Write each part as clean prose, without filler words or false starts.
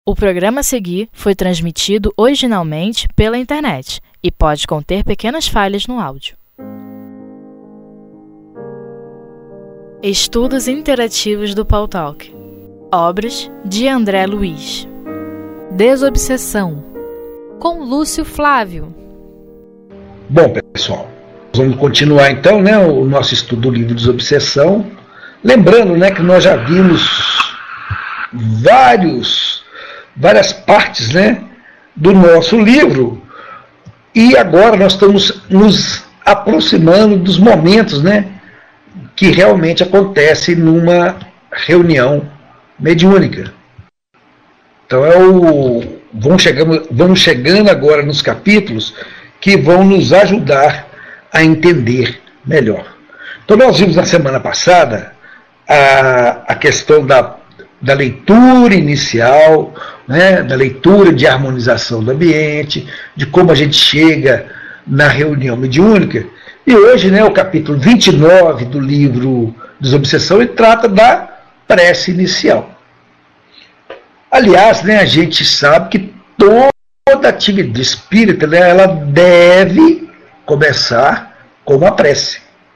O programa a seguir foi transmitido originalmente pela internet e pode conter pequenas falhas no áudio. Estudos interativos do Paul Talk. Obras de André Luiz. Desobsessão, com Lúcio Flávio. Bom, pessoal, vamos continuar então, o nosso estudo do livro Desobsessão. Lembrando, que nós já vimos várias partes, do nosso livro, e agora nós estamos nos aproximando dos momentos, que realmente acontece numa reunião mediúnica. Então vamos chegando agora nos capítulos que vão nos ajudar a entender melhor. Então nós vimos na semana passada a questão da leitura inicial, da leitura de harmonização do ambiente, de como a gente chega na reunião mediúnica. E hoje, o capítulo 29 do livro Desobsessão, ele trata da prece inicial. Aliás, a gente sabe que toda atividade espírita, ela deve começar com uma prece.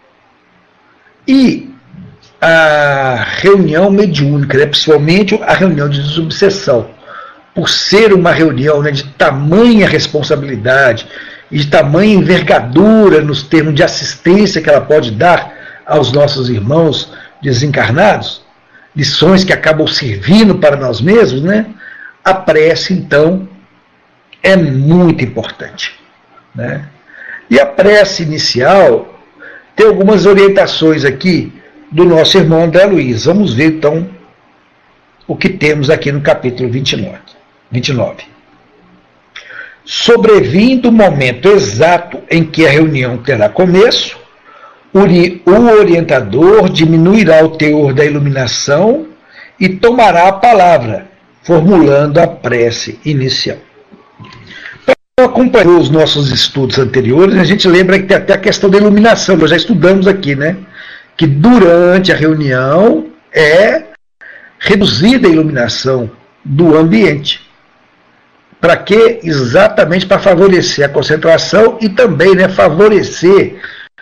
E a reunião mediúnica, principalmente a reunião de desobsessão, por ser uma reunião de tamanha responsabilidade e de tamanha envergadura nos termos de assistência que ela pode dar aos nossos irmãos desencarnados, lições que acabam servindo para nós mesmos, a prece, então, é muito importante. E a prece inicial tem algumas orientações aqui do nosso irmão André Luiz. Vamos ver, então, o que temos aqui no capítulo 29. Sobrevindo o momento exato em que a reunião terá começo, o orientador diminuirá o teor da iluminação e tomará a palavra, formulando a prece inicial. Para acompanhar os nossos estudos anteriores, a gente lembra que tem até a questão da iluminação, nós já estudamos aqui, que durante a reunião é reduzida a iluminação do ambiente. Para quê? Exatamente para favorecer a concentração e também favorecer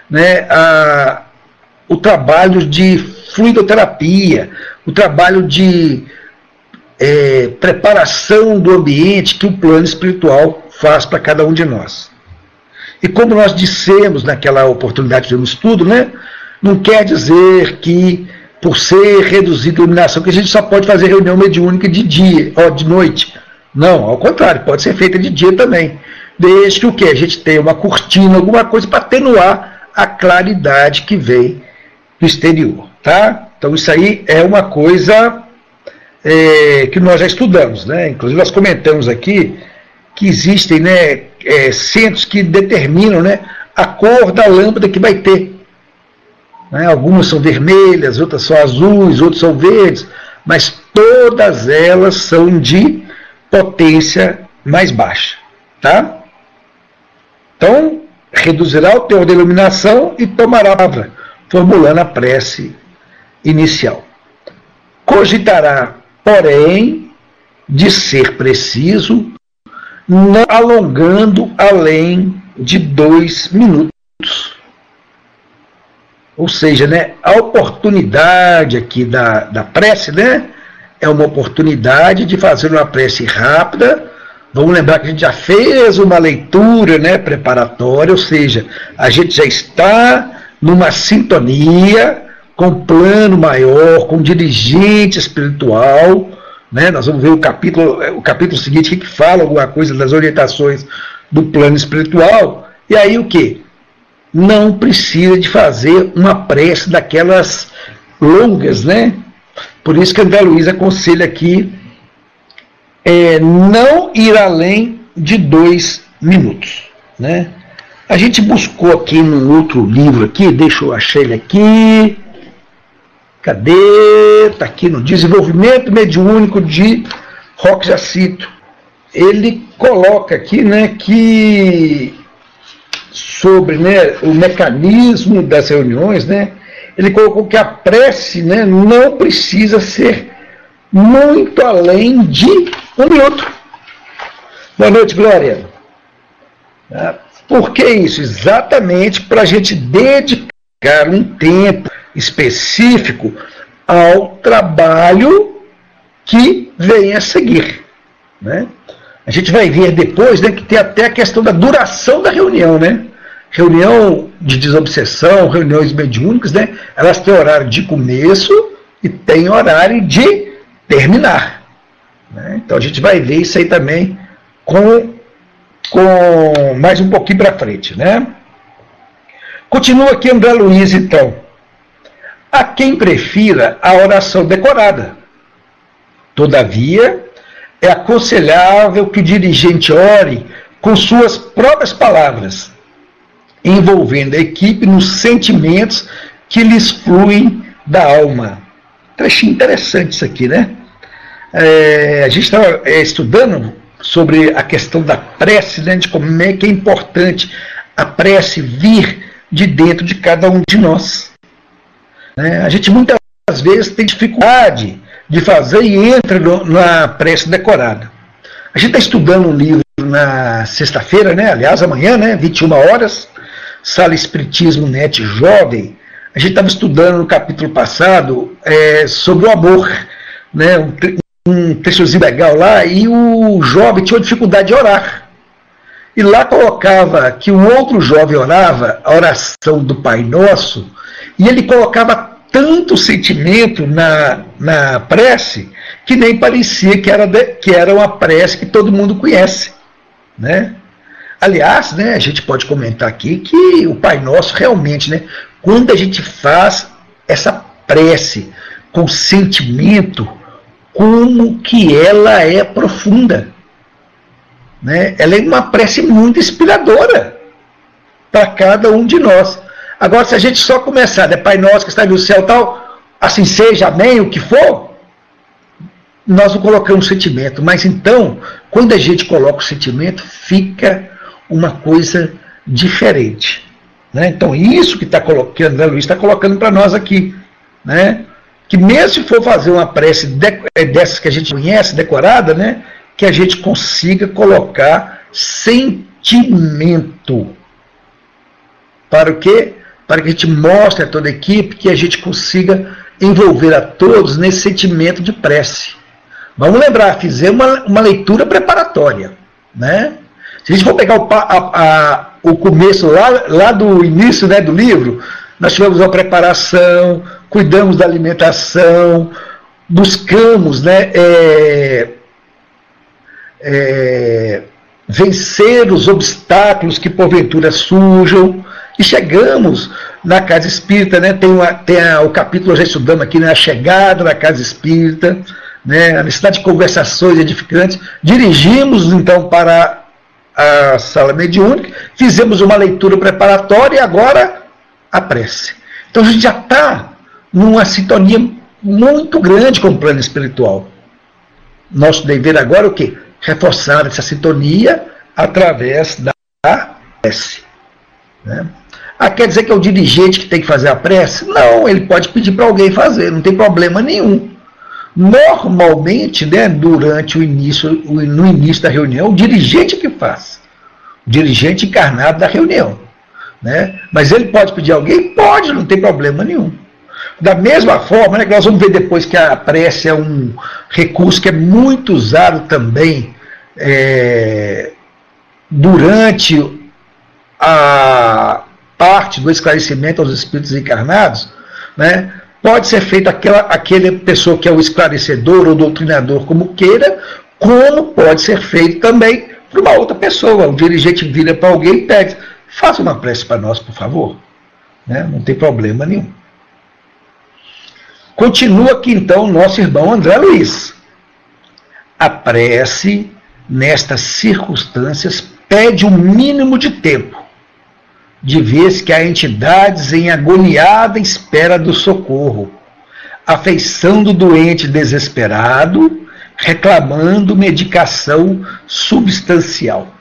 o trabalho de fluidoterapia, o trabalho de preparação do ambiente que o plano espiritual faz para cada um de nós. E como nós dissemos naquela oportunidade de um estudo, não quer dizer que, por ser reduzida a iluminação, que a gente só pode fazer reunião mediúnica de dia, ou de noite. Não, ao contrário, pode ser feita de dia também. Desde que o quê? A gente tenha uma cortina, alguma coisa para atenuar a claridade que vem do exterior. Tá? Então isso aí é uma coisa que nós já estudamos. Inclusive nós comentamos aqui que existem centros que determinam a cor da lâmpada que vai ter. Algumas são vermelhas, outras são azuis, outras são verdes, mas todas elas são de potência mais baixa. Tá? Então, reduzirá o teor da iluminação e tomará a palavra, formulando a prece inicial. Cogitará, porém, de ser preciso, não alongando além de 2 minutos. Ou seja, a oportunidade aqui da prece, é uma oportunidade de fazer uma prece rápida. Vamos lembrar que a gente já fez uma leitura preparatória, ou seja, a gente já está numa sintonia com um plano maior, com um dirigente espiritual. Nós vamos ver o capítulo seguinte que fala alguma coisa das orientações do plano espiritual. E aí o quê? Não precisa de fazer uma prece daquelas longas, Por isso que André Luiz aconselha aqui não ir além de 2 minutos. A gente buscou aqui num outro livro aqui, deixa eu achar ele aqui. Cadê? Está aqui no Desenvolvimento Mediúnico de Roque Jacito. Ele coloca aqui, que sobre o mecanismo das reuniões, ele colocou que a prece não precisa ser muito além de 1 minuto. Boa noite, Glória. Por que isso? Exatamente para a gente dedicar um tempo específico ao trabalho que vem a seguir, né? A gente vai ver depois, né, que tem até a questão da duração da reunião, né? Reunião de desobsessão, reuniões mediúnicas, né? Elas têm horário de começo e tem horário de terminar, né? Então a gente vai ver isso aí também com mais um pouquinho para frente, né? Continua aqui André Luiz, então. Há quem prefira a oração decorada. Todavia, é aconselhável que o dirigente ore com suas próprias palavras, envolvendo a equipe nos sentimentos que lhes fluem da alma. Trechinho interessante isso aqui, né? A gente estava estudando sobre a questão da prece, né, de como é que é importante a prece vir de dentro de cada um de nós. A gente muitas vezes tem dificuldade de fazer e entra na prece decorada. A gente está estudando um livro na sexta-feira, né, aliás, amanhã, né, 21 horas, Sala Espiritismo Net Jovem. A gente estava estudando no capítulo passado sobre o amor, né, um trechozinho legal lá, e o jovem tinha dificuldade de orar. E lá colocava que o outro jovem orava a oração do Pai Nosso, e ele colocava tanto sentimento na prece, que nem parecia que era uma prece que todo mundo conhece, né? Aliás, né, a gente pode comentar aqui que o Pai Nosso realmente, né, quando a gente faz essa prece com sentimento, como que ela é profunda, né? Ela é uma prece muito inspiradora para cada um de nós. Agora, se a gente só começar, né, Pai Nosso que está no céu, tal, assim seja, amém, o que for, nós não colocamos sentimento. Mas então, quando a gente coloca o sentimento, fica uma coisa diferente, né? Então, isso que o André Luiz está colocando para nós aqui, né? Que mesmo se for fazer uma prece dessas que a gente conhece, decorada, né, que a gente consiga colocar sentimento. Para o quê? Para que a gente mostre a toda a equipe que a gente consiga envolver a todos nesse sentimento de prece. Vamos lembrar, fizemos uma leitura preparatória, né? Se a gente for pegar o começo lá do início, né, do livro, nós tivemos uma preparação, cuidamos da alimentação, buscamos, né, vencer os obstáculos que porventura surjam, e chegamos na Casa Espírita, né, tem o capítulo, já estudamos aqui, né, a chegada na Casa Espírita, né, a necessidade de conversações edificantes. Dirigimos então para a sala mediúnica, fizemos uma leitura preparatória e agora a prece. Então a gente já está numa sintonia muito grande com o plano espiritual. Nosso dever agora é o quê? Reforçar essa sintonia através da prece, né? Quer dizer que é o dirigente que tem que fazer a prece? Não, ele pode pedir para alguém fazer, não tem problema nenhum. Normalmente, né, durante no início da reunião, o dirigente que faz, o dirigente encarnado da reunião, né? Mas ele pode pedir a alguém? Pode, não tem problema nenhum. Da mesma forma, né, que nós vamos ver depois que a prece é um recurso que é muito usado também durante a parte do esclarecimento aos espíritos encarnados, né? Pode ser feito aquela pessoa que é o esclarecedor ou doutrinador, como queira, como pode ser feito também para uma outra pessoa. O dirigente vira para alguém e pede, faça uma prece para nós, por favor, né? Não tem problema nenhum. Continua aqui então o nosso irmão André Luiz. A prece, nestas circunstâncias, pede um mínimo de tempo, de vez que há entidades em agoniada espera do socorro, afeição do doente desesperado, reclamando medicação substancial.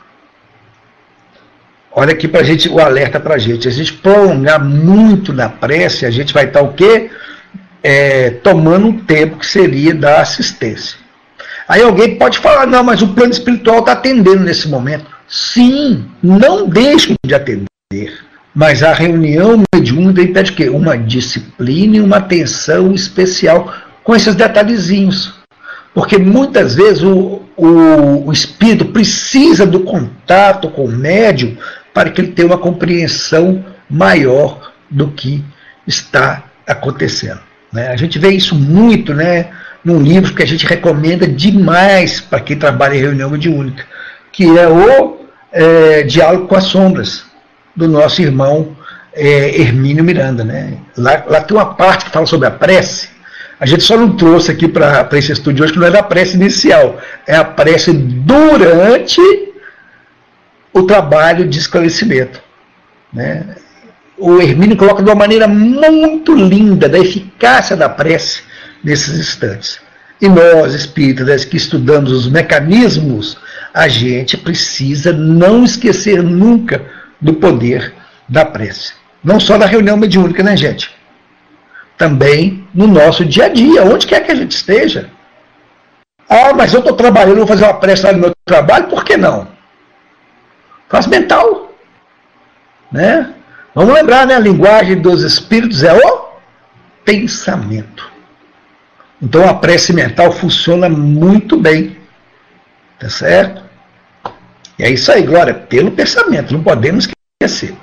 Olha aqui pra gente, o alerta para a gente prolongar muito na prece, a gente vai estar o quê? tomando um tempo que seria da assistência. Aí alguém pode falar, não, mas o plano espiritual está atendendo nesse momento. Sim, não deixam de atender. Mas a reunião mediúnica impede o quê? Uma disciplina e uma atenção especial com esses detalhezinhos. Porque muitas vezes o espírito precisa do contato com o médium para que ele tenha uma compreensão maior do que está acontecendo. Né? A gente vê isso muito, né, num livro que a gente recomenda demais para quem trabalha em reunião mediúnica, que é o Diálogo com as Sombras, do nosso irmão Hermínio Miranda. Né? Lá tem uma parte que fala sobre a prece. A gente só não trouxe aqui para esse estudo hoje que não é da prece inicial, é a prece durante o trabalho de esclarecimento. Né? O Hermínio coloca de uma maneira muito linda da eficácia da prece nesses instantes. E nós, espíritas, que estudamos os mecanismos, a gente precisa não esquecer nunca do poder da prece. Não só na reunião mediúnica, né, gente? Também no nosso dia a dia, onde quer que a gente esteja. Ah, mas eu estou trabalhando, vou fazer uma prece lá no meu trabalho, por que não? Faz mental. Né? Vamos lembrar, né? A linguagem dos espíritos é o pensamento. Então a prece mental funciona muito bem. Tá certo? E é isso aí, Glória, pelo pensamento, não podemos esquecer.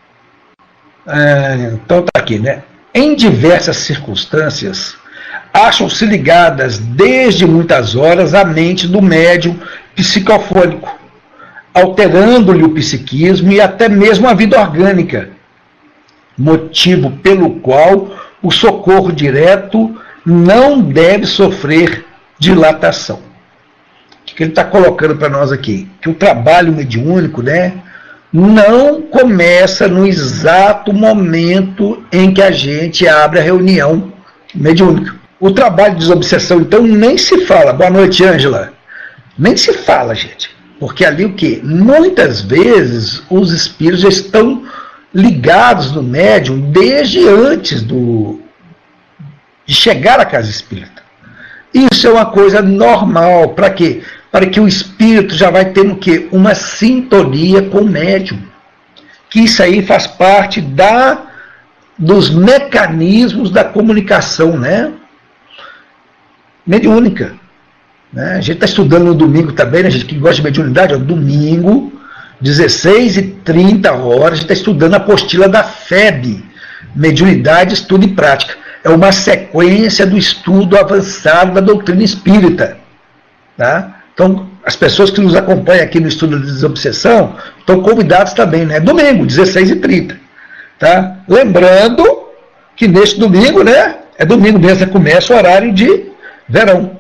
Então tá aqui, né? Em diversas circunstâncias, acham-se ligadas desde muitas horas à mente do médium psicofônico, alterando-lhe o psiquismo e até mesmo a vida orgânica, motivo pelo qual o socorro direto não deve sofrer dilatação. O que ele está colocando para nós aqui? Que o trabalho mediúnico, né, não começa no exato momento em que a gente abre a reunião mediúnica. O trabalho de desobsessão, então, nem se fala. Boa noite, Ângela. Nem se fala, gente. Porque ali o quê? Muitas vezes os espíritos já estão ligados no médium desde antes de chegar à casa espírita. Isso é uma coisa normal. Para quê? Para que o espírito já vai tendo o quê? Uma sintonia com o médium. Que isso aí faz parte dos mecanismos da comunicação, né? Mediúnica. Né? A gente está estudando no domingo também, né? A gente que gosta de mediunidade, ó, domingo, 16h30, a gente está estudando a apostila da FEB, Mediunidade, Estudo e Prática. É uma sequência do estudo avançado da doutrina espírita. Tá? Então, as pessoas que nos acompanham aqui no estudo de desobsessão estão convidados também, né? Domingo, 16h30. Tá? Lembrando que neste domingo, né? É domingo mesmo, começa o horário de verão.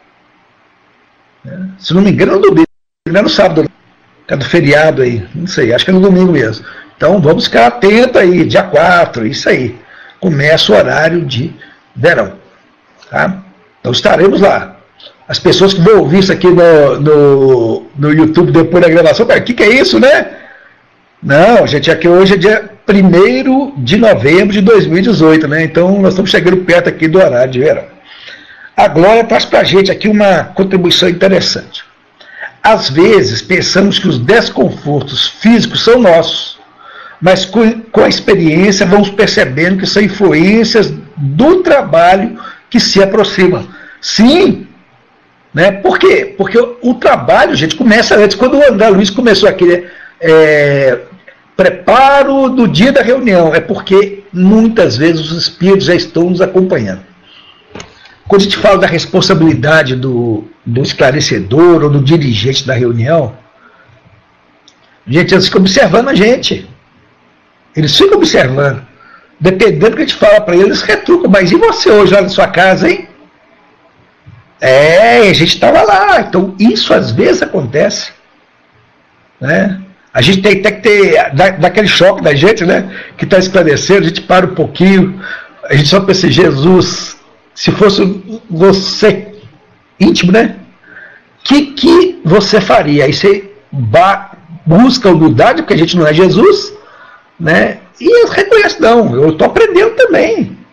Se não me engano, é no domingo, não é no sábado, é do feriado aí, não sei, acho que é no domingo mesmo. Então vamos ficar atentos aí, dia 4, isso aí. Começa o horário de verão. Tá? Então estaremos lá. As pessoas que vão ouvir isso aqui no YouTube depois da gravação, o que é isso, né? Não, gente, aqui hoje é dia 1º de novembro de 2018, né? Então nós estamos chegando perto aqui do horário de verão. A Glória traz para a gente aqui uma contribuição interessante. Às vezes pensamos que os desconfortos físicos são nossos, mas com a experiência vamos percebendo que são influências do trabalho que se aproxima. Sim, né? Por quê? Porque o trabalho, gente, começa antes. Quando o André Luiz começou aquele preparo do dia da reunião, é porque muitas vezes os espíritos já estão nos acompanhando. Quando a gente fala da responsabilidade do esclarecedor ou do dirigente da reunião, gente, eles ficam observando a gente. Eles ficam observando. Dependendo do que a gente fala para eles, eles retrucam. Mas e você hoje lá na sua casa, hein? A gente estava lá. Então, isso às vezes acontece. Né? A gente tem que ter, daquele choque da gente, né? Que está esclarecendo, a gente para um pouquinho, a gente só pensa, Jesus, se fosse você íntimo, né? O que você faria? Aí você busca humildade, porque a gente não é Jesus, né? E reconhece, não, eu estou aprendendo também.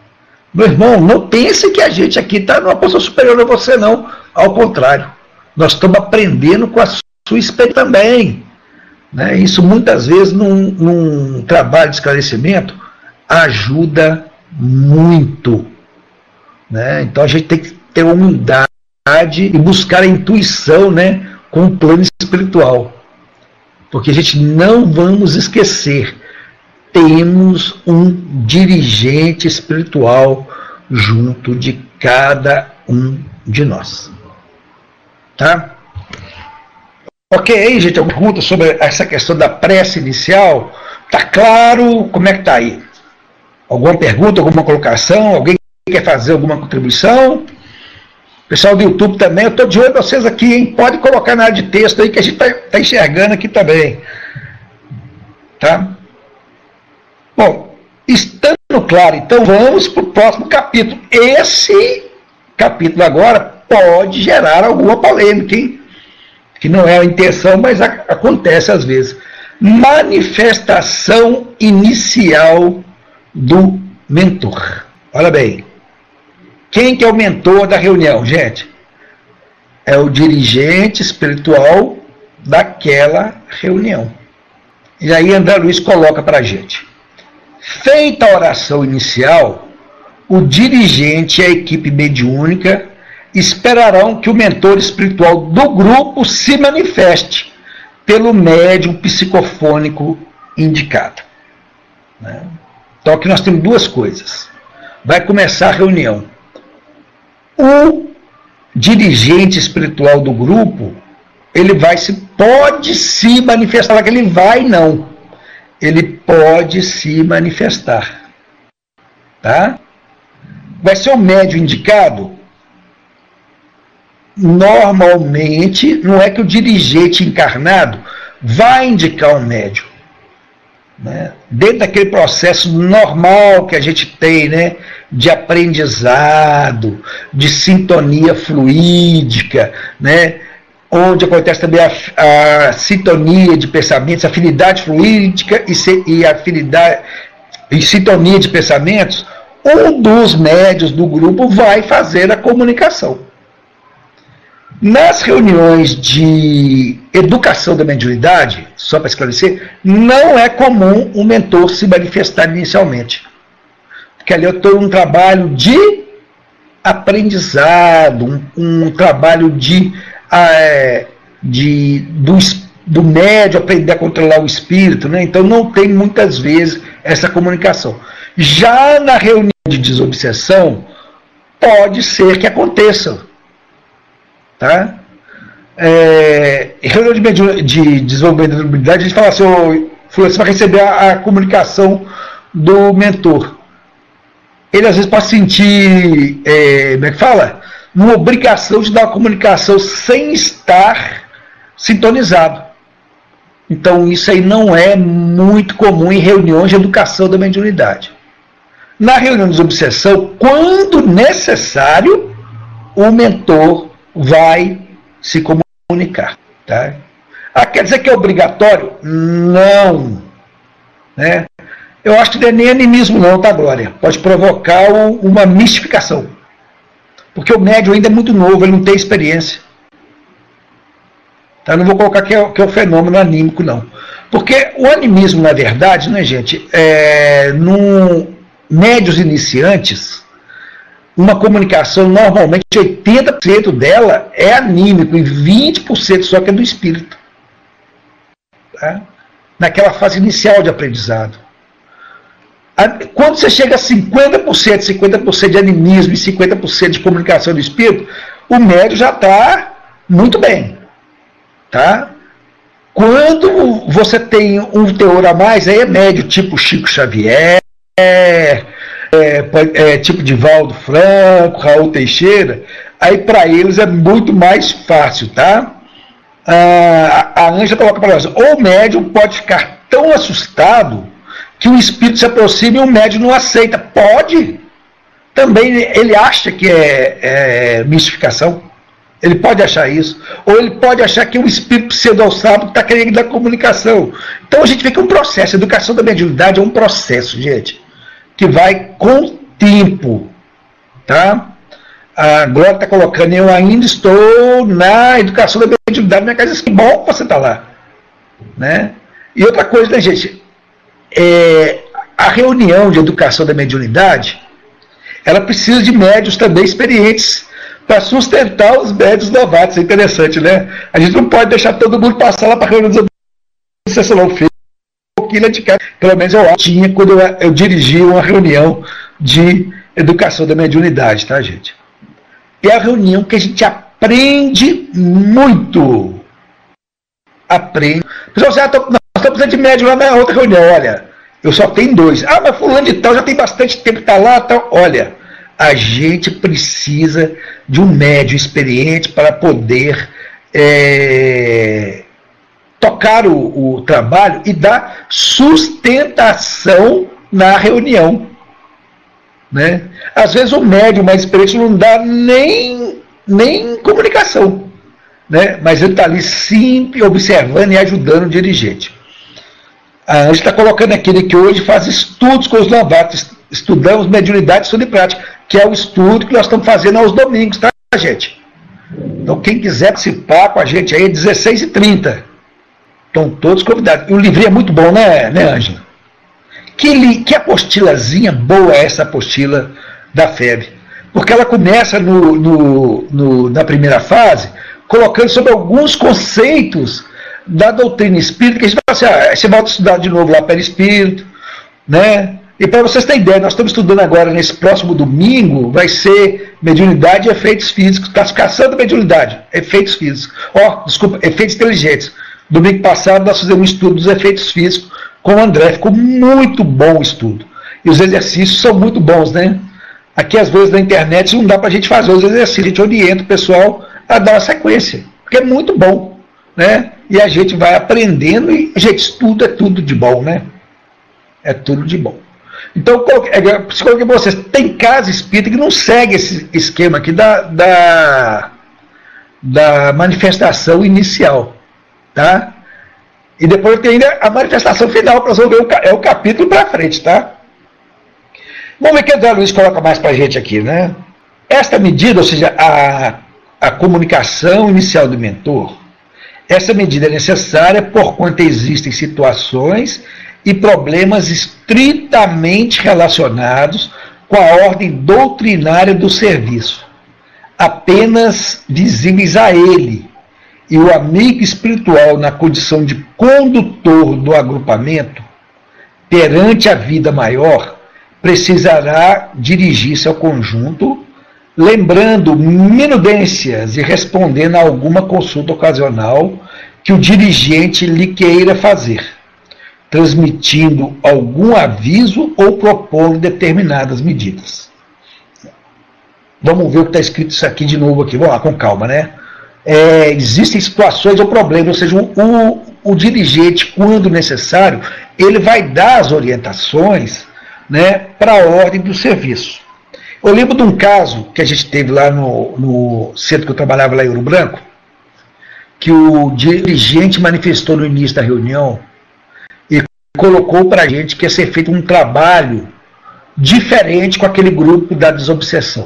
Meu irmão, não pense que a gente aqui está numa posição superior a você, não. Ao contrário, nós estamos aprendendo com a sua experiência também. Né? Isso muitas vezes num trabalho de esclarecimento ajuda muito. Né? Então a gente tem que ter humildade e buscar a intuição, né, com o plano espiritual. Porque a gente não vamos esquecer, temos um dirigente espiritual junto de cada um de nós. Tá? Ok, aí, gente, alguma pergunta sobre essa questão da prece inicial? Tá claro? Como é que tá aí? Alguma pergunta, alguma colocação? Alguém quer fazer alguma contribuição? Pessoal do YouTube também, eu estou de olho em vocês aqui, hein? Pode colocar na área de texto aí que a gente tá enxergando aqui também. Tá? Bom, estando claro, então vamos para o próximo capítulo. Esse capítulo agora pode gerar alguma polêmica, hein? Que não é a intenção, mas acontece às vezes. Manifestação inicial do mentor. Olha bem, quem que é o mentor da reunião, gente? É o dirigente espiritual daquela reunião. E aí André Luiz coloca para a gente. Feita a oração inicial, o dirigente e a equipe mediúnica esperarão que o mentor espiritual do grupo se manifeste pelo médium psicofônico indicado. Então aqui nós temos duas coisas. Vai começar a reunião. O dirigente espiritual do grupo, ele pode se manifestar, que ele vai não. Ele pode se manifestar. Tá? Vai ser o médium indicado? Normalmente, não é que o dirigente encarnado vai indicar um médium. Né? Dentro daquele processo normal que a gente tem, né? De aprendizado, de sintonia fluídica, né? Onde acontece também a sintonia de pensamentos, afinidade fluídica e afinidade e sintonia de pensamentos, um dos médios do grupo vai fazer a comunicação. Nas reuniões de educação da mediunidade, só para esclarecer, não é comum o mentor se manifestar inicialmente. Porque ali eu estou num trabalho de aprendizado, um trabalho do médium aprender a controlar o espírito, né? Então não tem muitas vezes essa comunicação. Já na reunião de desobsessão, pode ser que aconteça. Tá? Em reunião de desenvolvimento da habilidade, a gente fala assim, você vai receber a comunicação do mentor. Ele às vezes pode sentir, como é que fala? Uma obrigação de dar uma comunicação sem estar sintonizado. Então isso aí não é muito comum em reuniões de educação da mediunidade. Na reunião de desobsessão, quando necessário, o mentor vai se comunicar. Tá? Quer dizer que é obrigatório? Não. Né? Eu acho que não é nem animismo não, tá, Glória? Pode provocar uma mistificação. Porque o médium ainda é muito novo, ele não tem experiência. Tá? Não vou colocar que é o fenômeno anímico, não. Porque o animismo, na verdade, né, gente, médios iniciantes, uma comunicação, normalmente 80% dela é anímico e 20% só que é do espírito. Tá? Naquela fase inicial de aprendizado. Quando você chega a 50% de animismo e 50% de comunicação do espírito, o médium já está muito bem. Tá? Quando você tem um teor a mais, aí é médio, tipo Chico Xavier, tipo Divaldo Franco, Raul Teixeira, aí para eles é muito mais fácil, tá? A Ângela coloca para nós, o médium pode ficar tão assustado que o espírito se aproxima e o médium não aceita. Pode. Também ele acha que é mistificação. Ele pode achar isso. Ou ele pode achar que é um espírito pseudo-sábio que está querendo dar comunicação. Então a gente vê que é um processo. A educação da mediunidade é um processo, gente, que vai com tempo. tá? A Glória está colocando, eu ainda estou na educação da mediunidade, minha casa, que bom que você está lá, né? E outra coisa, né, gente, a reunião de educação da mediunidade, ela precisa de médios também experientes para sustentar os médios novatos. É interessante, né? A gente não pode deixar todo mundo passar lá para a reunião de sessão, não. Fez um pouquinho de casa. Pelo menos eu tinha quando eu dirigi uma reunião de educação da mediunidade, tá, gente? É a reunião que a gente aprende muito. Aprende. Pessoal, nós estamos precisando de médium lá na outra reunião. Olha, eu só tenho 2. Ah, mas fulano de tal já tem bastante tempo que está lá. Tal. Olha, a gente precisa de um médium experiente para poder tocar o trabalho e dar sustentação na reunião. Né? Às vezes o médium mais experiente não dá nem comunicação, né? Mas ele está ali sempre observando e ajudando o dirigente. A Ângela está colocando aquele que hoje faz estudos com os novatos. Estudamos mediunidade, estudo e prática, que é o estudo que nós estamos fazendo aos domingos, tá, gente? Então, quem quiser participar com a gente aí, é 16h30. Estão todos convidados. E o livrinho é muito bom, né, Ângela? Que apostilazinha boa é essa apostila da FEB? Porque ela começa na primeira fase, colocando sobre alguns conceitos da doutrina espírita, que a gente fala assim, você volta a estudar de novo lá perispírito, né? E para vocês terem ideia, nós estamos estudando agora, nesse próximo domingo, vai ser mediunidade e efeitos físicos, classificação da mediunidade, efeitos físicos. Efeitos inteligentes. Domingo passado nós fizemos um estudo dos efeitos físicos com o André, ficou muito bom o estudo. E os exercícios são muito bons, né? Aqui, às vezes, na internet, não dá para a gente fazer os exercícios, a gente orienta o pessoal a dar uma sequência, porque é muito bom, né? E a gente vai aprendendo e, gente, estudo é tudo de bom, né? É tudo de bom. Então, se coloquei para vocês, tem casa espírita que não segue esse esquema aqui da manifestação inicial, tá? E depois tem ainda a manifestação final, para resolver o capítulo para frente, tá? Vamos ver o que o André Luiz coloca mais para a gente aqui, né? Esta medida, ou seja, a comunicação inicial do mentor, essa medida é necessária porquanto existem situações e problemas estritamente relacionados com a ordem doutrinária do serviço, apenas visíveis a ele, e o amigo espiritual na condição de condutor do agrupamento, perante a vida maior, precisará dirigir-se ao conjunto, lembrando minudências e respondendo a alguma consulta ocasional que o dirigente lhe queira fazer, transmitindo algum aviso ou propondo determinadas medidas. Vamos ver o que está escrito isso aqui de novo aqui. Vamos lá, com calma, né? Existem situações ou problemas, ou seja, o dirigente, quando necessário, ele vai dar as orientações, né, para a ordem do serviço. Eu lembro de um caso que a gente teve lá no centro que eu trabalhava lá em Ouro Branco, que o dirigente manifestou no início da reunião e colocou para a gente que ia ser feito um trabalho diferente com aquele grupo da desobsessão.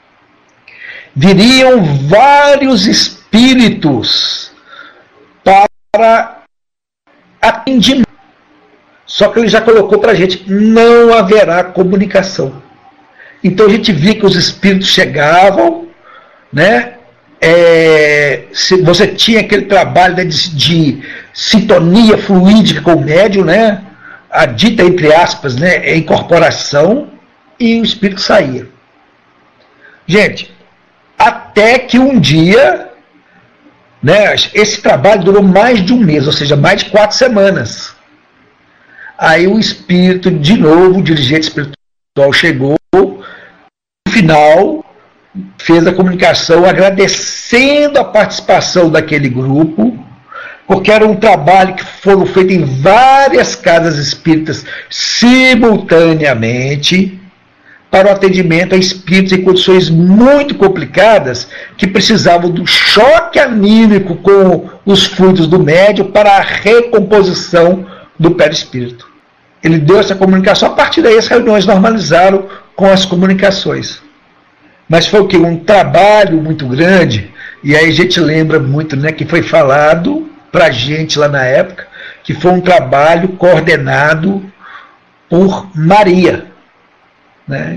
Viriam vários espíritos para atendimento. Só que ele já colocou para a gente, não haverá comunicação. Então a gente via que os espíritos chegavam, né? Se você tinha aquele trabalho, né, de sintonia fluídica com o médium, né? A dita, entre aspas, né, incorporação, e o espírito saía. Gente, até que um dia, né, esse trabalho durou mais de um mês, ou seja, mais de 4 semanas. Aí o espírito, de novo, o dirigente espiritual chegou, no final, fez a comunicação agradecendo a participação daquele grupo, porque era um trabalho que foram feito em várias casas espíritas simultaneamente, para o atendimento a espíritos em condições muito complicadas, que precisavam do choque anímico com os fluidos do médium para a recomposição do perispírito. Ele deu essa comunicação, a partir daí as reuniões normalizaram com as comunicações. Mas foi o quê? Um trabalho muito grande, e aí a gente lembra muito, né, que foi falado para a gente lá na época, que foi um trabalho coordenado por Maria, né?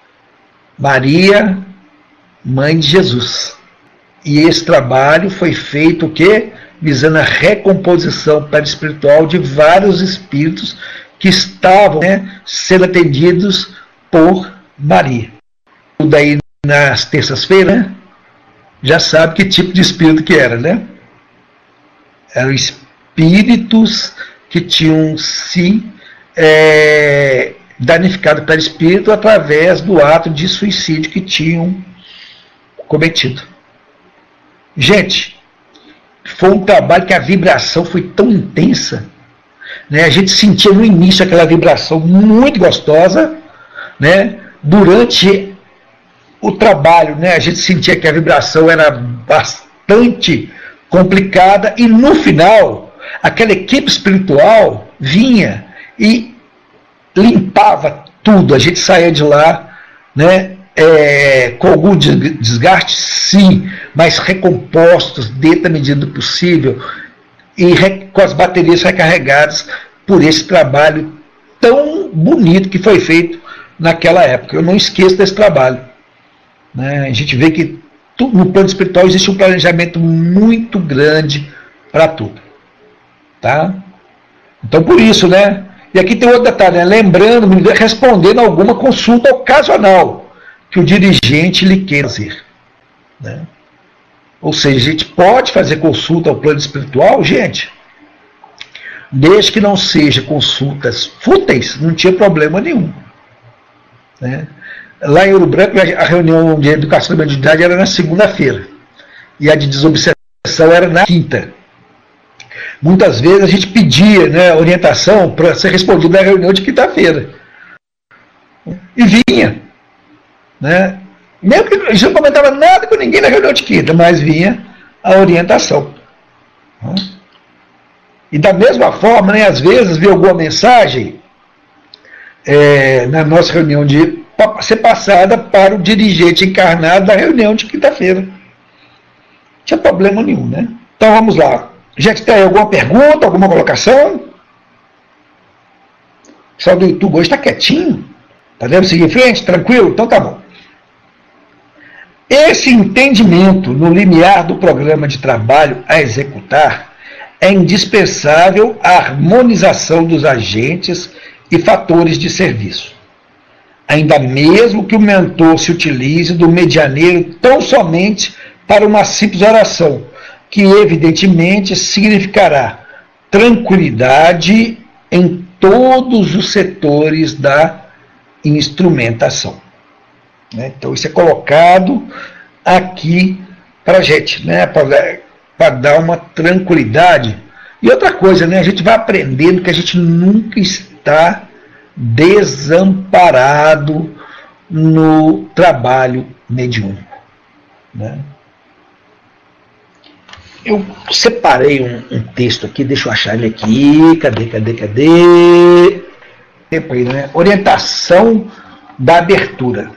Maria, mãe de Jesus. E esse trabalho foi feito o quê? Visando a recomposição perispiritual de vários espíritos que estavam, né, sendo atendidos por Maria. Daí nas terças-feiras, né, já sabe que tipo de espírito que era, né? Eram espíritos que tinham se danificado pelo espírito através do ato de suicídio que tinham cometido. Gente, foi um trabalho que a vibração foi tão intensa, né? A gente sentia no início aquela vibração muito gostosa, né? Durante o trabalho, né, a gente sentia que a vibração era bastante complicada, e no final aquela equipe espiritual vinha e limpava tudo. A gente saía de lá, né, com algum desgaste, sim, mas recompostos dentro da medida do possível e com as baterias recarregadas por esse trabalho tão bonito que foi feito naquela época. Eu não esqueço desse trabalho, né? A gente vê que no plano espiritual existe um planejamento muito grande para tudo, tá? Então, por isso, né? E aqui tem outro detalhe, né? Lembrando, respondendo a alguma consulta ocasional que o dirigente lhe queira fazer, né? Ou seja, a gente pode fazer consulta ao plano espiritual, gente, desde que não seja consultas fúteis, não tinha problema nenhum, né? Lá em Ouro Branco, a reunião de educação da mediunidade era na segunda-feira, e a de desobsessão era na quinta. Muitas vezes a gente pedia, né, orientação para ser respondido na reunião de quinta-feira, e vinha, né? Mesmo que a gente não comentava nada com ninguém na reunião de quinta, mas vinha a orientação. E da mesma forma, né, às vezes veio alguma mensagem na nossa reunião para ser passada para o dirigente encarnado da reunião de quinta-feira. Não tinha problema nenhum, né? Então vamos lá. Gente, tem alguma pergunta, alguma colocação? O pessoal do YouTube hoje está quietinho. Podemos seguir em frente? Tranquilo? Então tá bom. Esse entendimento no limiar do programa de trabalho a executar é indispensável à harmonização dos agentes e fatores de serviço. Ainda mesmo que o mentor se utilize do medianeiro tão somente para uma simples oração, que evidentemente significará tranquilidade em todos os setores da instrumentação. Então isso é colocado aqui para a gente, né, para dar uma tranquilidade. E outra coisa, né, a gente vai aprendendo que a gente nunca está desamparado no trabalho mediúnico, né? Eu separei um texto aqui, deixa eu achar ele aqui, cadê? Tempo aí, né? Orientação da abertura.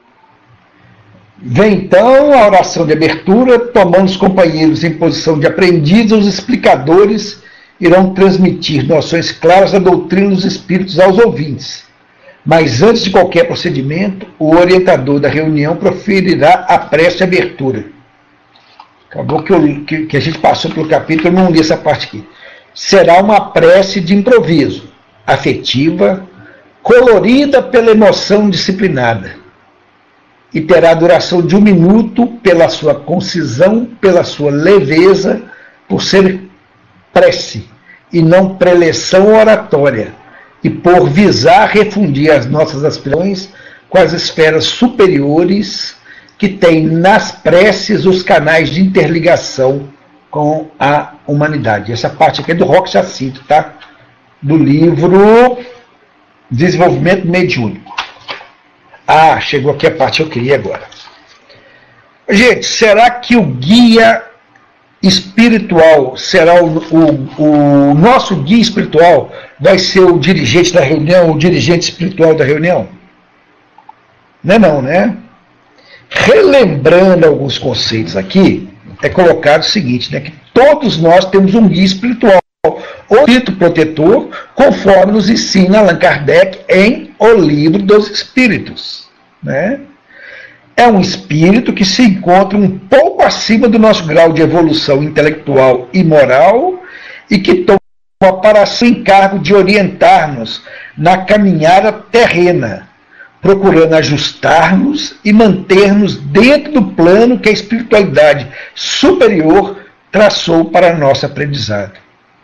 Vem então a oração de abertura, tomando os companheiros em posição de aprendizes, os explicadores irão transmitir noções claras da doutrina dos espíritos aos ouvintes. Mas antes de qualquer procedimento, o orientador da reunião proferirá a prece de abertura. Acabou que a gente passou pelo capítulo, eu não li essa parte aqui. Será uma prece de improviso, afetiva, colorida pela emoção disciplinada, e terá duração de 1 minuto pela sua concisão, pela sua leveza, por ser prece e não preleção oratória, e por visar refundir as nossas aspirações com as esferas superiores que têm nas preces os canais de interligação com a humanidade. Essa parte aqui é do Roque Jacinto, tá? Do livro Desenvolvimento Mediúnico. Ah, chegou aqui a parte que eu queria agora. Gente, será que o guia espiritual será o nosso guia espiritual vai ser o dirigente da reunião, o dirigente espiritual da reunião? Não é não, né? Relembrando alguns conceitos aqui, é colocado o seguinte, né, que todos nós temos um guia espiritual, ou espírito protetor, conforme nos ensina Allan Kardec em O Livro dos Espíritos. Né? É um espírito que se encontra um pouco acima do nosso grau de evolução intelectual e moral e que toma para si o encargo de orientar-nos na caminhada terrena, procurando ajustar-nos e manter-nos dentro do plano que a espiritualidade superior traçou para nosso aprendizado.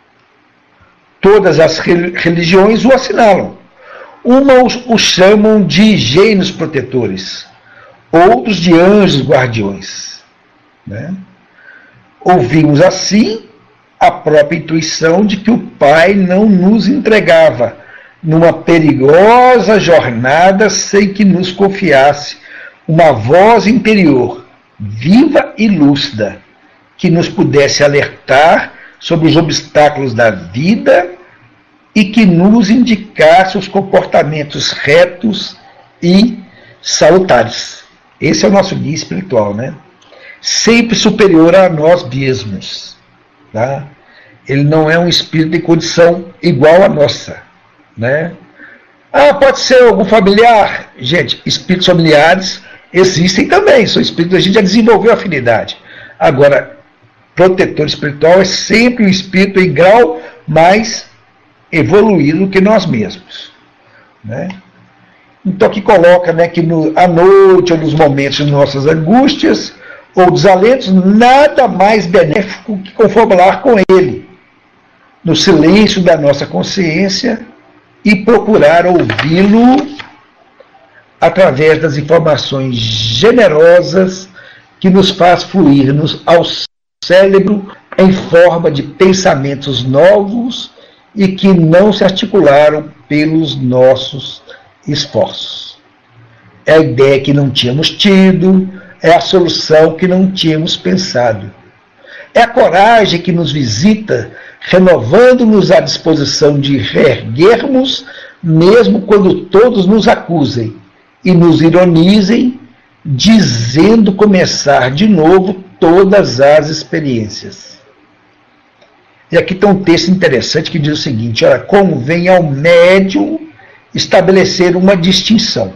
Todas as religiões o assinalam. Umas o chamam de gênios protetores, outros de anjos guardiões. Né? Ouvimos assim a própria intuição de que o Pai não nos entregava numa perigosa jornada sem que nos confiasse uma voz interior, viva e lúcida, que nos pudesse alertar sobre os obstáculos da vida e que nos indicasse os comportamentos retos e salutares. Esse é o nosso guia espiritual, né? Sempre superior a nós mesmos. Tá? Ele não é um espírito em condição igual à nossa. Né? Pode ser algum familiar. Gente, espíritos familiares existem também. São espíritos, a gente já desenvolveu afinidade. Agora, protetor espiritual é sempre um espírito em grau mais evoluído que nós mesmos. Né? Então aqui coloca, né, que à noite ou nos momentos de nossas angústias ou desalentos, nada mais benéfico que confabular com ele, no silêncio da nossa consciência e procurar ouvi-lo através das informações generosas que nos faz fluir-nos ao cérebro em forma de pensamentos novos e que não se articularam pelos nossos esforços. É a ideia que não tínhamos tido, é a solução que não tínhamos pensado. É a coragem que nos visita, renovando-nos a disposição de reerguermos, mesmo quando todos nos acusem e nos ironizem, dizendo começar de novo todas as experiências. E aqui tem um texto interessante que diz o seguinte: olha, convém ao médium estabelecer uma distinção.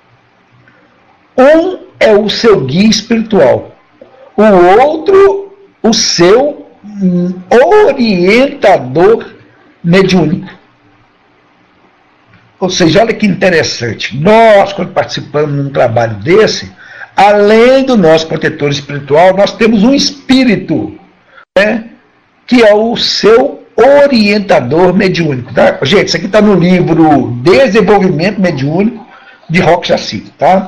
Um é o seu guia espiritual, o outro, o seu orientador mediúnico. Ou seja, olha que interessante, nós, quando participamos de um trabalho desse, além do nosso protetor espiritual, nós temos um espírito, né, que é o seu orientador mediúnico. Tá? Gente, isso aqui está no livro Desenvolvimento Mediúnico, de Roque Jacinto. Tá?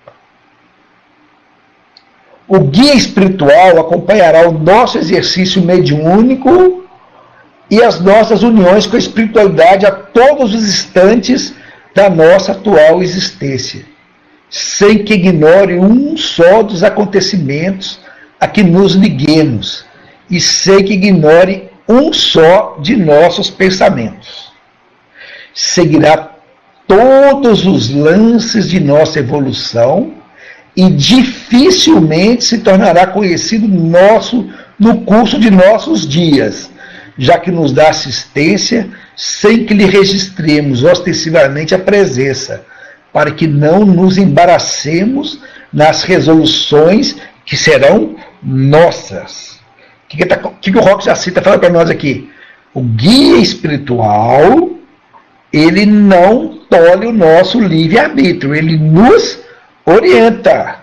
O guia espiritual acompanhará o nosso exercício mediúnico e as nossas uniões com a espiritualidade a todos os instantes da nossa atual existência, sem que ignore um só dos acontecimentos a que nos liguemos e sem que ignore um só de nossos pensamentos. Seguirá todos os lances de nossa evolução e dificilmente se tornará conhecido no curso de nossos dias, já que nos dá assistência sem que lhe registremos ostensivamente a presença, para que não nos embaracemos nas resoluções que serão nossas. O que o Roque Jacinto está falando para nós aqui? O guia espiritual, ele não tolhe o nosso livre-arbítrio, ele nos orienta.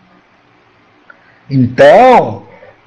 Então,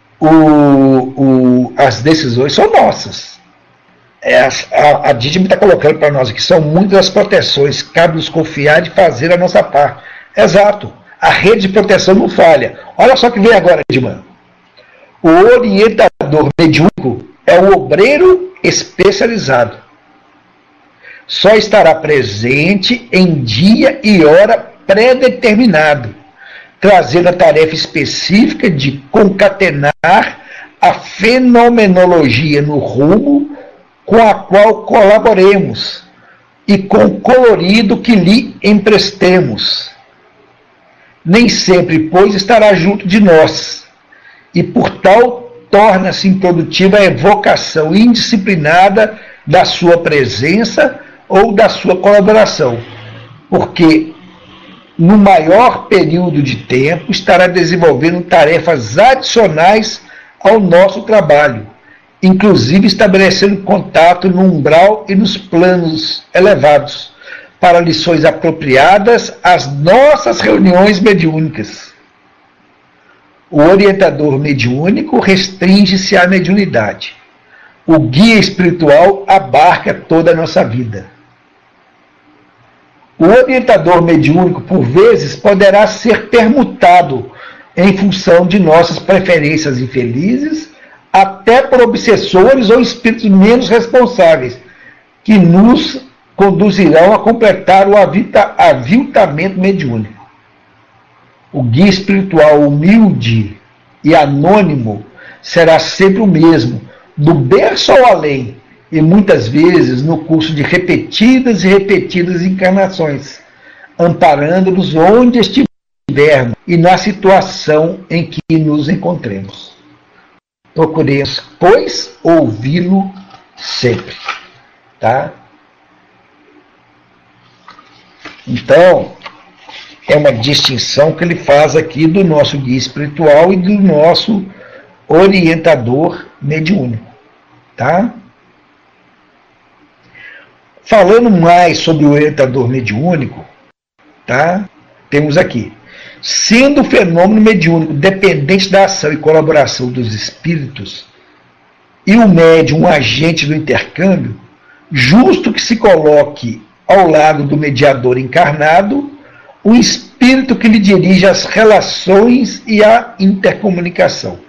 as decisões são nossas. A Dídima está colocando para nós aqui, são muitas as proteções, cabe nos confiar de fazer a nossa parte. Exato, a rede de proteção não falha. Olha só o que vem agora, Dídima. O orientador mediúnico é o obreiro especializado. Só estará presente em dia e hora pré-determinado, trazendo a tarefa específica de concatenar a fenomenologia no rumo com a qual colaboremos e com o colorido que lhe emprestemos. nem sempre, pois, estará junto de nós, e por tal torna-se improdutiva a evocação indisciplinada da sua presença ou da sua colaboração, porque no maior período de tempo estará desenvolvendo tarefas adicionais ao nosso trabalho, inclusive estabelecendo contato no umbral e nos planos elevados, para lições apropriadas às nossas reuniões mediúnicas. O orientador mediúnico restringe-se à mediunidade. O guia espiritual abarca toda a nossa vida. O orientador mediúnico, por vezes, poderá ser permutado em função de nossas preferências infelizes, até por obsessores ou espíritos menos responsáveis, que nos conduzirão a completar o aviltamento mediúnico. O guia espiritual humilde e anônimo será sempre o mesmo, do berço ao além, e muitas vezes no curso de repetidas e repetidas encarnações, amparando-nos onde estivermos e na situação em que nos encontremos. Procuremos, pois, ouvi-lo sempre. Tá? Então, é uma distinção que ele faz aqui do nosso guia espiritual e do nosso orientador mediúnico. Tá? Falando mais sobre o orientador mediúnico, tá? Temos aqui: sendo o fenômeno mediúnico dependente da ação e colaboração dos espíritos e o médium um agente do intercâmbio, justo que se coloque ao lado do mediador encarnado o espírito que lhe dirige as relações e a intercomunicação.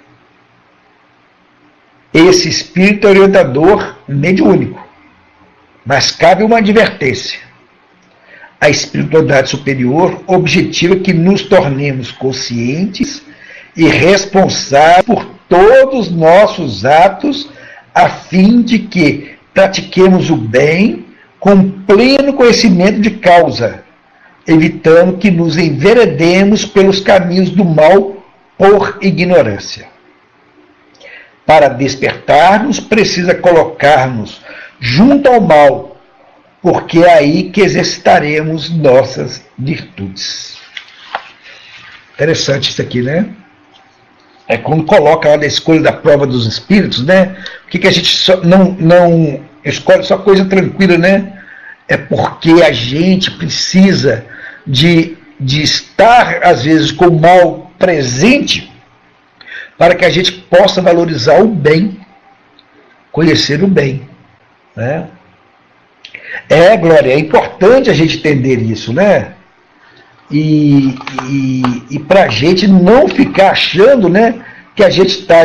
Esse espírito é orientador mediúnico, mas cabe uma advertência. A espiritualidade superior objetiva que nos tornemos conscientes e responsáveis por todos os nossos atos, a fim de que pratiquemos o bem com pleno conhecimento de causa, evitando que nos enveredemos pelos caminhos do mal por ignorância. Para despertarmos, precisa colocar-nos junto ao mal, porque é aí que exercitaremos nossas virtudes. Interessante isso aqui, né? É quando coloca lá na escolha da prova dos espíritos, né? Por que a gente não escolhe só coisa tranquila, né? É porque a gente precisa de estar, às vezes, com o mal presente, para que a gente possa valorizar o bem, conhecer o bem. Né? Glória, é importante a gente entender isso, né? E para a gente não ficar achando, né, que a gente está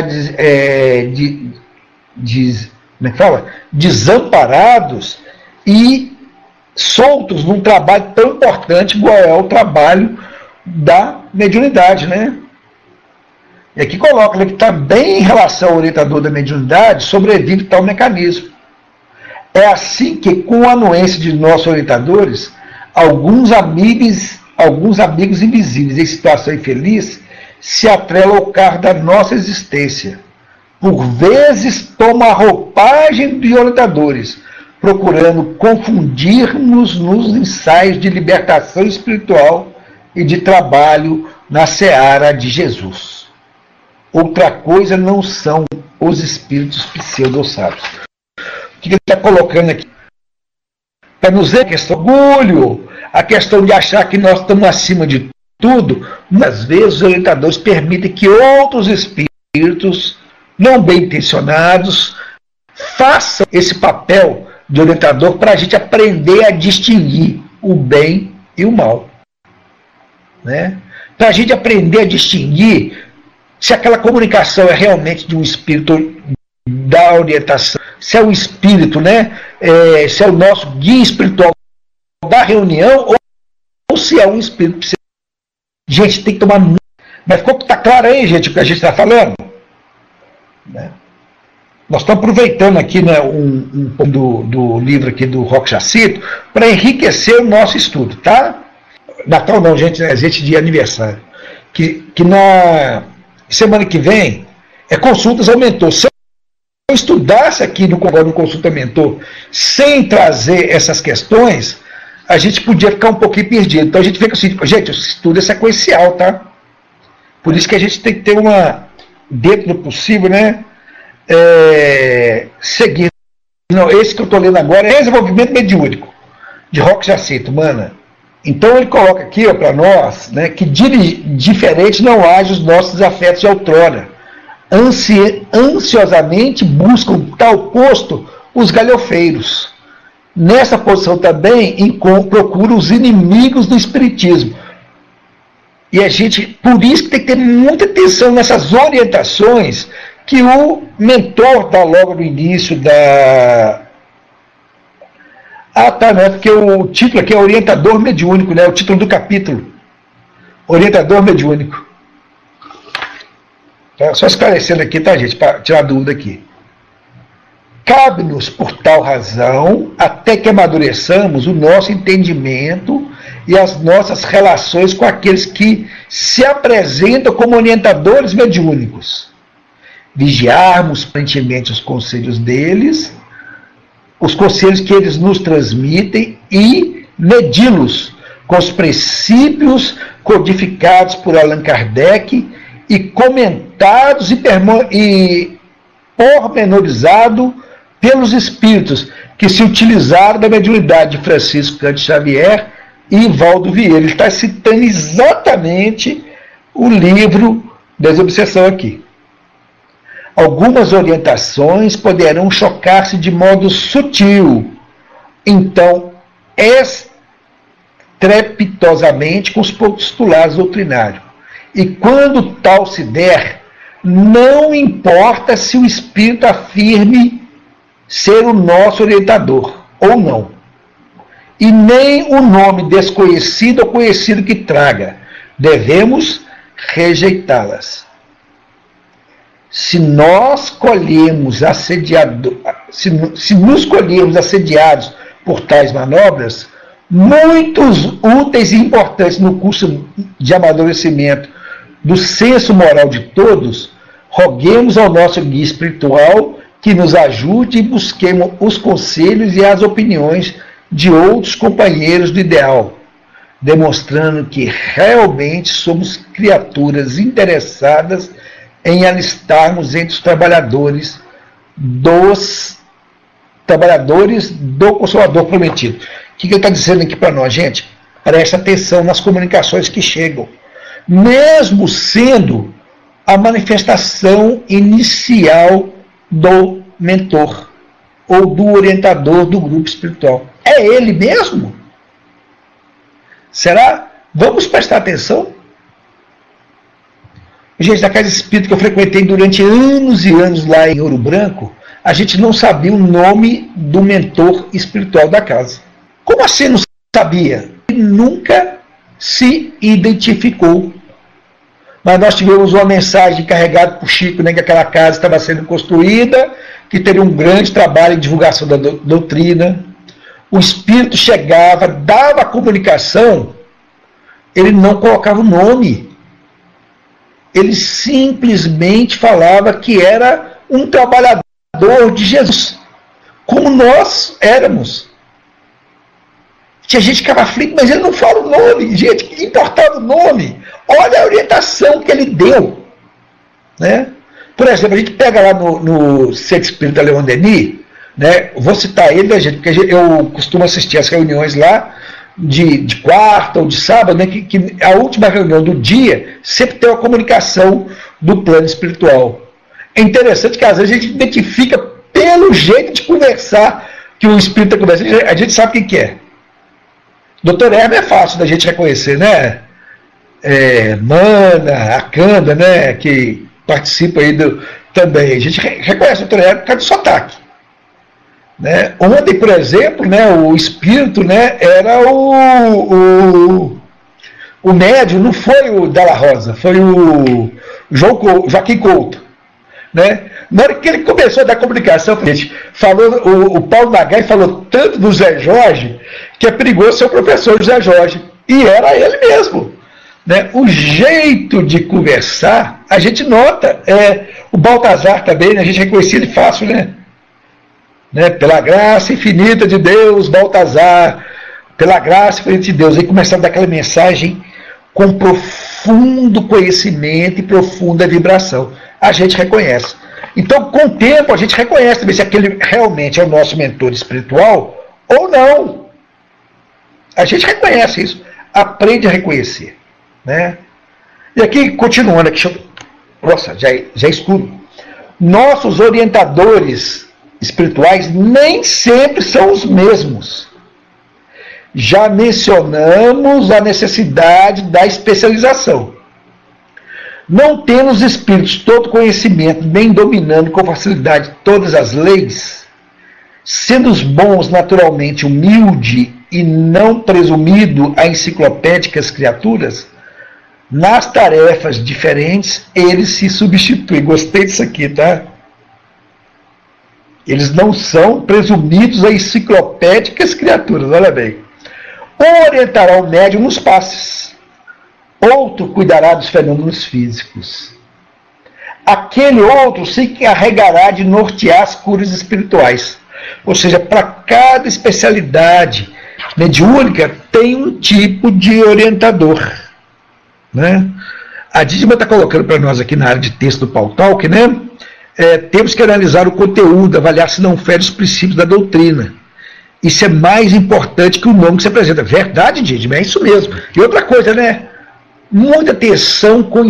desamparados e soltos num trabalho tão importante igual é o trabalho da mediunidade, né? E aqui coloca, né, que também em relação ao orientador da mediunidade sobrevive tal mecanismo. É assim que, com a anuência de nossos orientadores, alguns amigos invisíveis em situação infeliz se atrelam ao carro da nossa existência. Por vezes toma a roupagem de orientadores, procurando confundir-nos nos ensaios de libertação espiritual e de trabalho na seara de Jesus. Outra coisa não são os espíritos pseudo-sábios. O que ele está colocando aqui? Para nos ver a questão do orgulho, a questão de achar que nós estamos acima de tudo, muitas vezes os orientadores permitem que outros espíritos, não bem intencionados, façam esse papel de orientador para a gente aprender a distinguir o bem e o mal. Né? Para a gente aprender a distinguir se aquela comunicação é realmente de um espírito da orientação, se é um espírito, né? Se é o nosso guia espiritual da reunião, ou se é um espírito. Gente, tem que tomar muito. Mas ficou que está claro aí, gente, o que a gente está falando? Né? Nós estamos aproveitando aqui, né, um pouco do livro aqui do Roque Jacito para enriquecer o nosso estudo, tá? Natal não, gente, é gente de aniversário. Que na semana que vem consultas ao mentor. Se eu estudasse aqui no Consulta Mentor sem trazer essas questões, a gente podia ficar um pouquinho perdido. Então a gente fica assim, gente, o estudo é sequencial, tá? Por isso que a gente tem que ter dentro do possível, né? Seguir. Não, esse que eu estou lendo agora é Desenvolvimento Mediúnico, de Roque Jacinto, mana. Então ele coloca aqui para nós, né, que diferente não age os nossos afetos de outrora. Ansiosamente buscam tal posto os galhofeiros. Nessa posição também procuram os inimigos do espiritismo. E a gente, por isso que tem que ter muita atenção nessas orientações que o mentor dá logo no início da... né? Porque o título aqui é Orientador Mediúnico, né? O título do capítulo. Orientador Mediúnico. Tá? Só esclarecendo aqui, tá, gente? Para tirar dúvida aqui. Cabe-nos, por tal razão, até que amadureçamos o nosso entendimento e as nossas relações com aqueles que se apresentam como orientadores mediúnicos. Vigiarmos aparentemente os conselhos deles, os conselhos que eles nos transmitem e medi-los com os princípios codificados por Allan Kardec e comentados e pormenorizados pelos espíritos que se utilizaram da mediunidade de Francisco Cândido Xavier e Valdo Vieira. Ele está citando exatamente o livro Desobsessão aqui. Algumas orientações poderão chocar-se de modo sutil, então estrepitosamente com os postulados doutrinários. E quando tal se der, não importa se o espírito afirme ser o nosso orientador ou não, e nem o nome desconhecido ou conhecido que traga, devemos rejeitá-las. Se nos colhermos assediados por tais manobras, muitos úteis e importantes no curso de amadurecimento do senso moral de todos, roguemos ao nosso guia espiritual que nos ajude e busquemos os conselhos e as opiniões de outros companheiros do ideal, demonstrando que realmente somos criaturas interessadas em alistarmos entre os trabalhadores do Consolador Prometido. O que ele está dizendo aqui para nós, gente? Presta atenção nas comunicações que chegam. Mesmo sendo a manifestação inicial do mentor ou do orientador do grupo espiritual. É ele mesmo? Será? Vamos prestar atenção? Gente, na casa espírita que eu frequentei durante anos e anos lá em Ouro Branco, a gente não sabia o nome do mentor espiritual da casa. Como assim não sabia? Ele nunca se identificou. Mas nós tivemos uma mensagem carregada por Chico, né, que aquela casa estava sendo construída, que teria um grande trabalho em divulgação da doutrina. O espírito chegava, dava a comunicação, ele não colocava o nome. Ele simplesmente falava que era um trabalhador de Jesus, como nós éramos. Tinha gente que ficava aflito, mas ele não fala o nome. Gente, que importava o nome? Olha a orientação que ele deu. Né? Por exemplo, a gente pega lá no Centro Espírita Leon Denis, né? Vou citar ele, né, gente, porque eu costumo assistir as reuniões lá, de quarta ou de sábado, né, que a última reunião do dia sempre tem uma comunicação do plano espiritual. É interessante que às vezes a gente identifica pelo jeito de conversar que o espírito conversa, a gente sabe quem que é. Dr. Hermes é fácil da gente reconhecer, né? Mana, Acanda, né, que participa aí também. A gente reconhece o Dr. Hermes por causa do sotaque. Né? Ontem, por exemplo, né, o espírito, né, era o médium, não foi o Dalla Rosa, foi o Joaquim Couto. Né? Na hora que ele começou a dar comunicação, falou, o Paulo Nagai falou tanto do Zé Jorge que é perigoso ser o professor José Jorge. E era ele mesmo. Né? O jeito de conversar, a gente nota. O Baltazar também, né? A gente reconhecia ele fácil, né? Pela graça infinita de Deus, Baltazar, pela graça infinita de Deus. Aí começava a dar aquela mensagem com profundo conhecimento e profunda vibração. A gente reconhece. Então, com o tempo, a gente reconhece também se aquele realmente é o nosso mentor espiritual ou não. A gente reconhece isso, aprende a reconhecer. Né? E aqui, continuando, aqui, nossa, já é escuro. Nossos orientadores espirituais nem sempre são os mesmos. Já mencionamos a necessidade da especialização. Não tendo os espíritos todo conhecimento, nem dominando com facilidade todas as leis, sendo os bons naturalmente humilde e não presumido a enciclopédicas criaturas, nas tarefas diferentes eles se substituem. Gostei disso aqui, tá? Eles não são presumidos a enciclopédicas criaturas, olha bem. Um orientará o médium nos passes, outro cuidará dos fenômenos físicos. Aquele outro se encarregará de nortear as curas espirituais. Ou seja, para cada especialidade mediúnica tem um tipo de orientador. Né? A Dídima está colocando para nós aqui na área de texto do Pautalk, né? Temos que analisar o conteúdo, avaliar se não fere os princípios da doutrina. Isso é mais importante que o nome que se apresenta. Verdade, Dídima, é isso mesmo. E outra coisa, né? Muita atenção com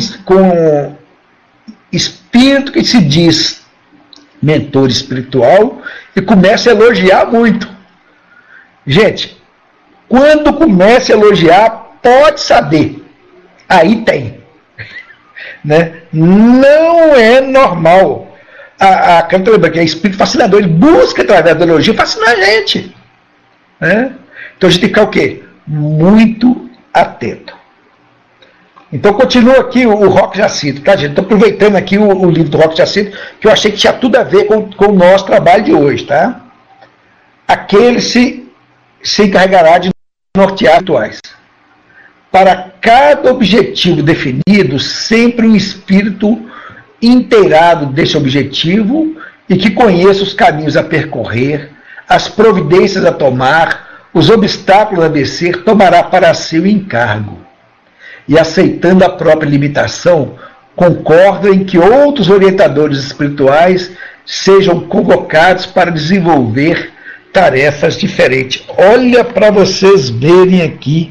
espírito que se diz mentor espiritual e começa a elogiar muito. Gente, quando começa a elogiar, pode saber. Aí tem. Né? Não é normal. A Câmara lembrando que é espírito fascinador, ele busca através da elogio fascinar a gente. Né? Então a gente tem que ficar o quê? Muito atento. Então continua aqui o Roque Jacinto, tá, gente? Estou aproveitando aqui o livro do Roque Jacinto, que eu achei que tinha tudo a ver com o nosso trabalho de hoje, tá? Aquele se encarregará de nortear rituais. Para cada objetivo definido, sempre um espírito inteirado desse objetivo e que conheça os caminhos a percorrer, as providências a tomar, os obstáculos a vencer, tomará para si o encargo. E aceitando a própria limitação, concorda em que outros orientadores espirituais sejam convocados para desenvolver tarefas diferentes. Olha para vocês verem aqui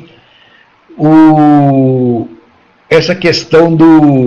essa questão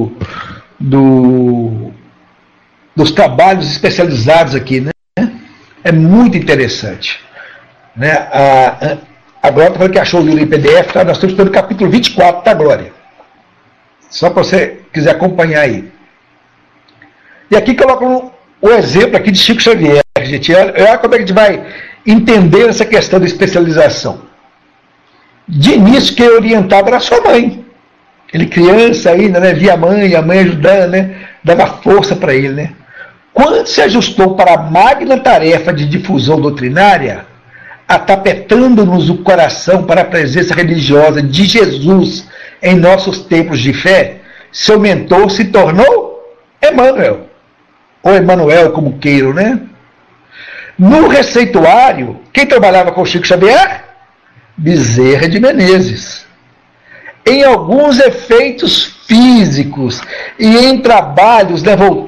dos trabalhos especializados aqui, né? É muito interessante. Né? A Glória está falando que achou o livro em PDF, tá? Nós estamos pelo capítulo 24, tá, Glória? Só para você quiser acompanhar aí. E aqui coloca o exemplo aqui de Chico Xavier, gente. Olha como é que a gente vai entender essa questão da especialização. De início, quem orientava era a sua mãe. Ele criança ainda, né? Via a mãe ajudando, né? Dava força para ele, né? Quando se ajustou para a magna tarefa de difusão doutrinária, atapetando-nos o coração para a presença religiosa de Jesus em nossos tempos de fé, seu mentor se tornou Emmanuel, ou Emanuel, como queiram, né? No receituário, quem trabalhava com Chico Xavier? Bezerra de Menezes. Em alguns efeitos físicos e em trabalhos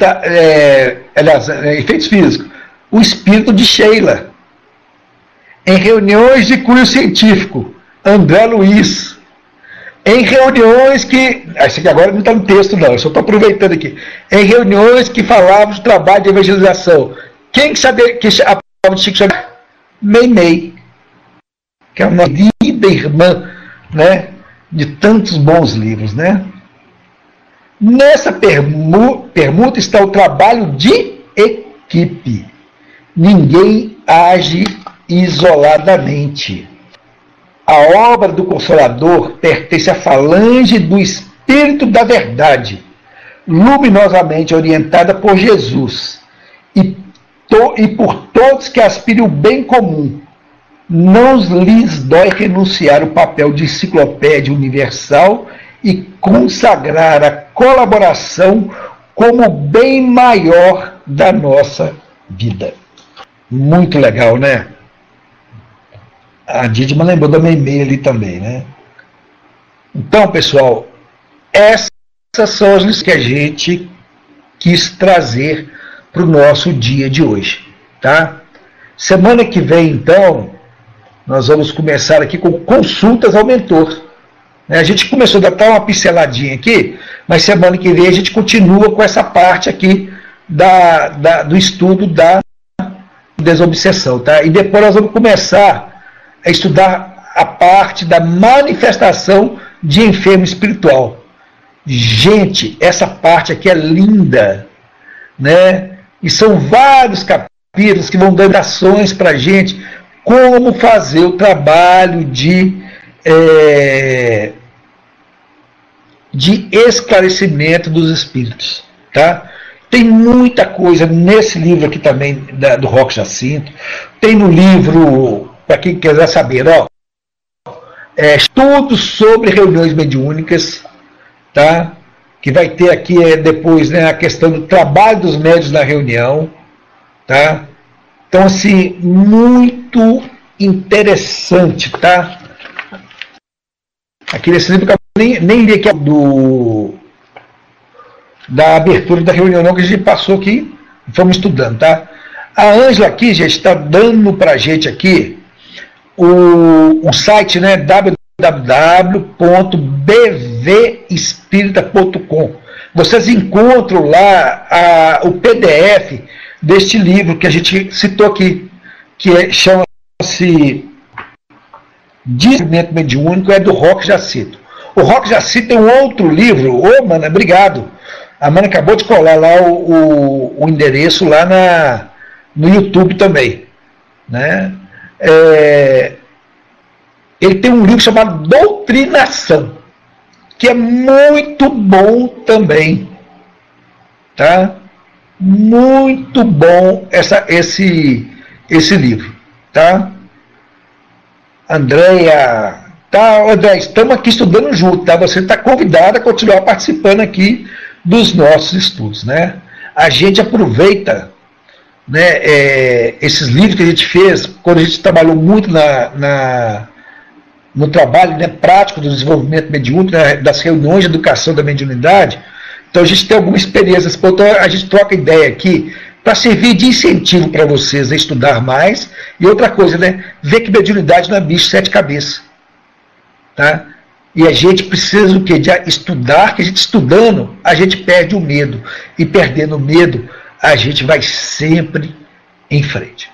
efeitos físicos, o espírito de Sheila. Em reuniões de cunho científico, André Luiz. Em reuniões que... Isso aqui agora não está no texto, não, eu só estou aproveitando aqui. Em reuniões que falavam de trabalho de evangelização. Quem sabia que a palavra de Chico Xavier? Meimei, que é uma querida irmã, né, de tantos bons livros, né? Nessa permuta está o trabalho de equipe. Ninguém age isoladamente. A obra do Consolador pertence à falange do Espírito da Verdade, luminosamente orientada por Jesus, e por todos que aspirem o bem comum, não lhes dói renunciar o papel de enciclopédia universal e consagrar a colaboração como bem maior da nossa vida. Muito legal, né? A Didma lembrou da minha e-mail ali também, né? Então, pessoal, essas são as lições que a gente quis trazer para o nosso dia de hoje, tá? Semana que vem, então, nós vamos começar aqui com consultas ao mentor. A gente começou a dar uma pinceladinha aqui, mas semana que vem a gente continua com essa parte aqui do estudo da desobsessão, tá? E depois nós vamos começar a estudar a parte da manifestação de enfermo espiritual. Gente, essa parte aqui é linda, né? E são vários capítulos que vão dando ações para a gente como fazer o trabalho de esclarecimento dos espíritos, tá? Tem muita coisa nesse livro aqui também do Roque Jacinto. Tem no livro, para quem quiser saber, estudos sobre reuniões mediúnicas, tá? Que vai ter aqui depois, né, a questão do trabalho dos médiuns na reunião, tá? Então, assim, muito interessante, tá? Aqui nesse livro, eu nem li aqui da abertura da reunião, não, que a gente passou aqui, fomos estudando, tá? A Ângela aqui já está dando pra gente aqui o site, né, www.bvespirita.com. Vocês encontram lá o PDF deste livro que a gente citou aqui, que chama-se Desenvolvimento Mediúnico, é do Roque Jacinto. O Roque Jacinto tem um outro livro. Ô, Mana, obrigado. A Mana acabou de colar lá o endereço lá no YouTube também, né? Ele tem um livro chamado Doutrinação, que é muito bom também, tá? Muito bom esse livro, tá? Andréia, tá, André, estamos aqui estudando junto, tá? Você está convidado a continuar participando aqui dos nossos estudos, né? A gente aproveita, né, esses livros que a gente fez, quando a gente trabalhou muito no trabalho, né, prático do desenvolvimento mediúnico, né, das reuniões de educação da mediunidade. Então a gente tem alguma experiência, então a gente troca ideia aqui para servir de incentivo para vocês a estudar mais. E outra coisa, né, ver que mediunidade não é bicho de sete cabeças, tá? E a gente precisa o quê? De estudar, que a gente estudando, a gente perde o medo. E perdendo o medo, a gente vai sempre em frente.